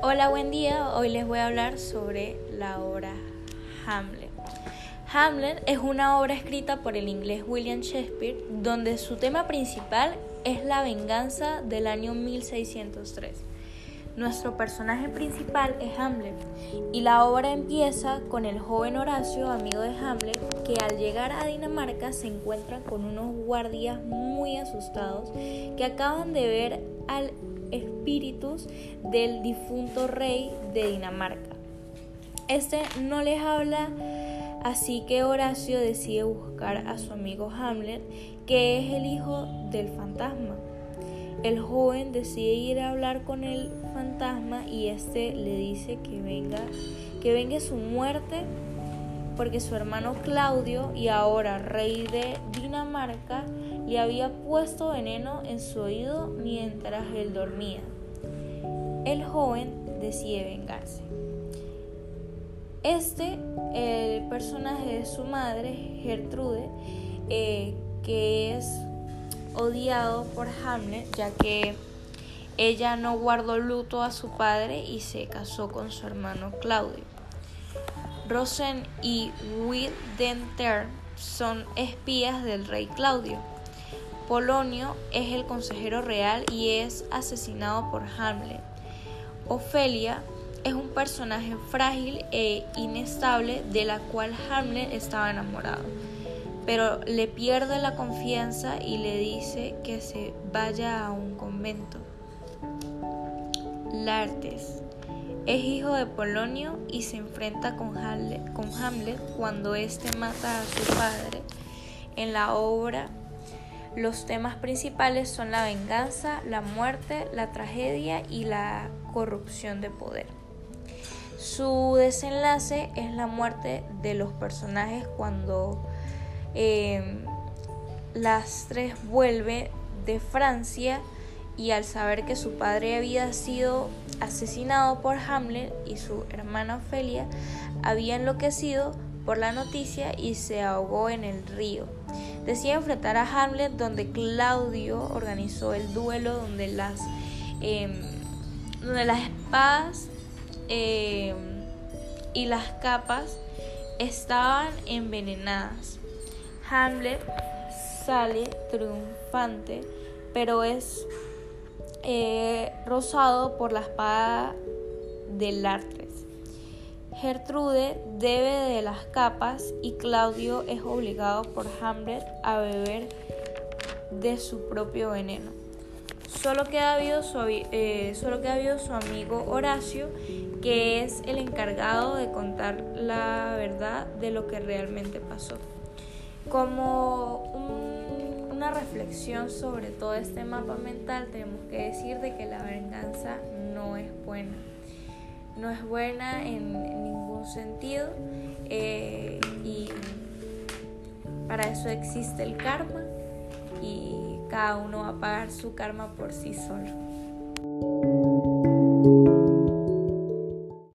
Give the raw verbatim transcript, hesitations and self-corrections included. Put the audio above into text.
Hola, buen día. Hoy les voy a hablar sobre la obra Hamlet. Hamlet es una obra escrita por el inglés William Shakespeare, donde su tema principal es la venganza del año mil seiscientos tres. Nuestro personaje principal es Hamlet y la obra empieza con el joven Horacio, amigo de Hamlet, que al llegar a Dinamarca se encuentra con unos guardias muy asustados que acaban de ver al espíritus del difunto rey de Dinamarca. Este no les habla, así que Horacio decide buscar a su amigo Hamlet, que es el hijo del fantasma. El joven decide ir a hablar con el fantasma y este le dice que venga, que vengue su muerte porque su hermano Claudio, y ahora rey de Dinamarca, le había puesto veneno en su oído mientras él dormía. El joven decide vengarse. Este, el personaje de su madre, Gertrude, eh, que es odiado por Hamlet, ya que ella no guardó luto a su padre y se casó con su hermano Claudio. Rosen y Windenthur son espías del rey Claudio. Polonio es el consejero real y es asesinado por Hamlet. Ofelia es un personaje frágil e inestable de la cual Hamlet estaba enamorado, pero le pierde la confianza y le dice que se vaya a un convento. Laertes es hijo de Polonio y se enfrenta con Hamlet, con Hamlet cuando éste mata a su padre. En la obra, los temas principales son la venganza, la muerte, la tragedia y la corrupción de poder. Su desenlace es la muerte de los personajes cuando eh, Laertes vuelve de Francia y al saber que su padre había sido asesinado por Hamlet y su hermana Ofelia había enloquecido por la noticia y se ahogó en el río. Decide enfrentar a Hamlet, donde Claudio organizó el duelo donde las, eh, donde las espadas eh, y las capas estaban envenenadas. Hamlet sale triunfante, pero es eh, rozado por la espada de Laertes. Gertrude debe de las capas y Claudio es obligado por Hamlet a beber de su propio veneno. Solo queda vivo su, eh, solo queda vivo su amigo Horacio, que es el encargado de contar la verdad de lo que realmente pasó. Como un, una reflexión sobre todo este mapa mental, tenemos que decir de que la venganza no es buena. No es buena en ningún sentido eh, y para eso existe el karma y cada uno va a pagar su karma por sí solo.